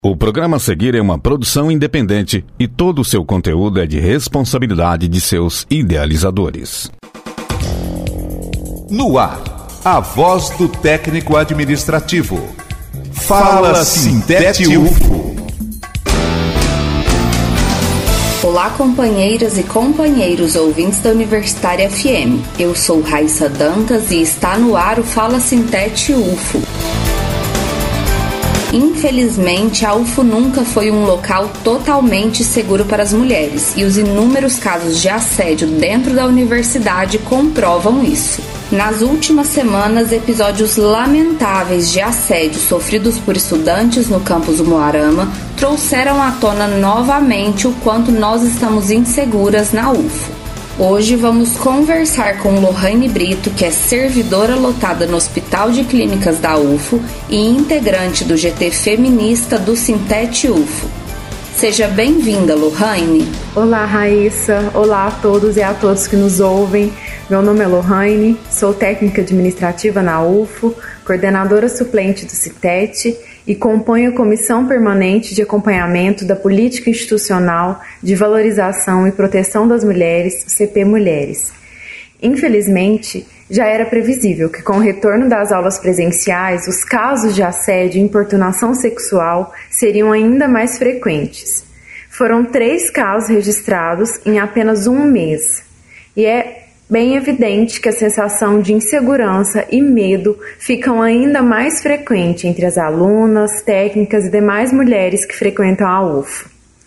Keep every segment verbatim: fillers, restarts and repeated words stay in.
O programa a seguir é uma produção independente e todo o seu conteúdo é de responsabilidade de seus idealizadores. No ar, a voz do técnico administrativo. Fala Sintete U F O. Olá, companheiras e companheiros ouvintes da Universitária F M. Eu sou Raissa Dantas e está no ar o Fala Sintete U F O. Infelizmente, a U F O nunca foi um local totalmente seguro para as mulheres e os inúmeros casos de assédio dentro da universidade comprovam isso. Nas últimas semanas, episódios lamentáveis de assédio sofridos por estudantes no campus Umuarama trouxeram à tona novamente o quanto nós estamos inseguras na U F O. Hoje vamos conversar com Lohane Brito, que é servidora lotada no Hospital de Clínicas da U F O e integrante do G T Feminista do Sintete U F O. Seja bem-vinda, Lohane. Olá, Raissa. Olá a todos e a todos que nos ouvem. Meu nome é Lohane, sou técnica administrativa na U F O, coordenadora suplente do Sintete e componho a Comissão Permanente de Acompanhamento da Política Institucional de Valorização e Proteção das Mulheres, C P Mulheres. Infelizmente, já era previsível que com o retorno das aulas presenciais, os casos de assédio e importunação sexual seriam ainda mais frequentes. Foram três casos registrados em apenas um mês. E é bem evidente que a sensação de insegurança e medo ficam ainda mais frequente entre as alunas, técnicas e demais mulheres que frequentam a U F O.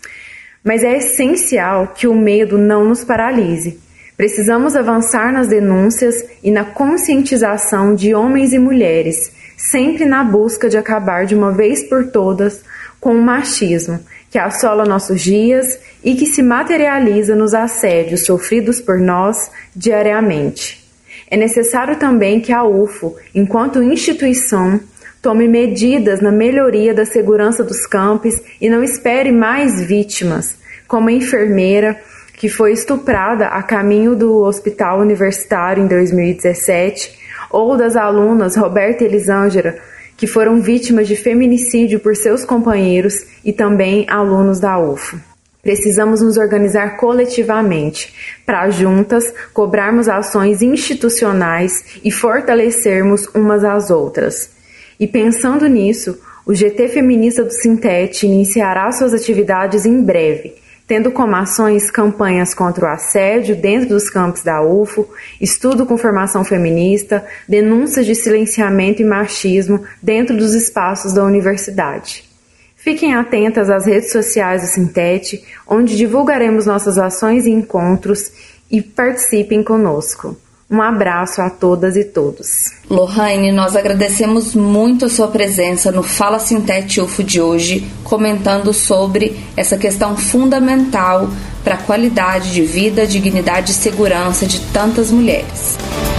Mas é essencial que o medo não nos paralise. Precisamos avançar nas denúncias e na conscientização de homens e mulheres, sempre na busca de acabar de uma vez por todas com o machismo que assola nossos dias e que se materializa nos assédios sofridos por nós diariamente. É necessário também que a U F O, enquanto instituição, tome medidas na melhoria da segurança dos campos e não espere mais vítimas, como a enfermeira que foi estuprada a caminho do hospital universitário em dois mil e dezessete, ou das alunas Roberta e Elisângela, que foram vítimas de feminicídio por seus companheiros e também alunos da U F O. Precisamos nos organizar coletivamente para juntas cobrarmos ações institucionais e fortalecermos umas às outras. E pensando nisso, o G T Feminista do Sintete iniciará suas atividades em breve, tendo como ações campanhas contra o assédio dentro dos campos da U F O, estudo com formação feminista, denúncias de silenciamento e machismo dentro dos espaços da universidade. Fiquem atentas às redes sociais do Sintete, onde divulgaremos nossas ações e encontros, e participem conosco. Um abraço a todas e todos. Lohane, nós agradecemos muito a sua presença no Fala Sintete U F O de hoje, comentando sobre essa questão fundamental para a qualidade de vida, dignidade e segurança de tantas mulheres.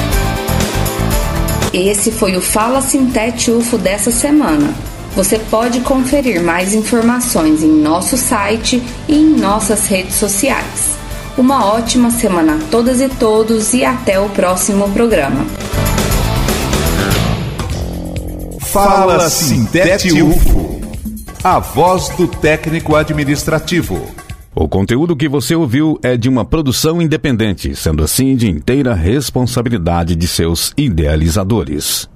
Esse foi o Fala Sintete U F O dessa semana. Você pode conferir mais informações em nosso site e em nossas redes sociais. Uma ótima semana a todas e todos e até o próximo programa. Fala Sintete U F O, a voz do técnico administrativo. O conteúdo que você ouviu é de uma produção independente, sendo assim de inteira responsabilidade de seus idealizadores.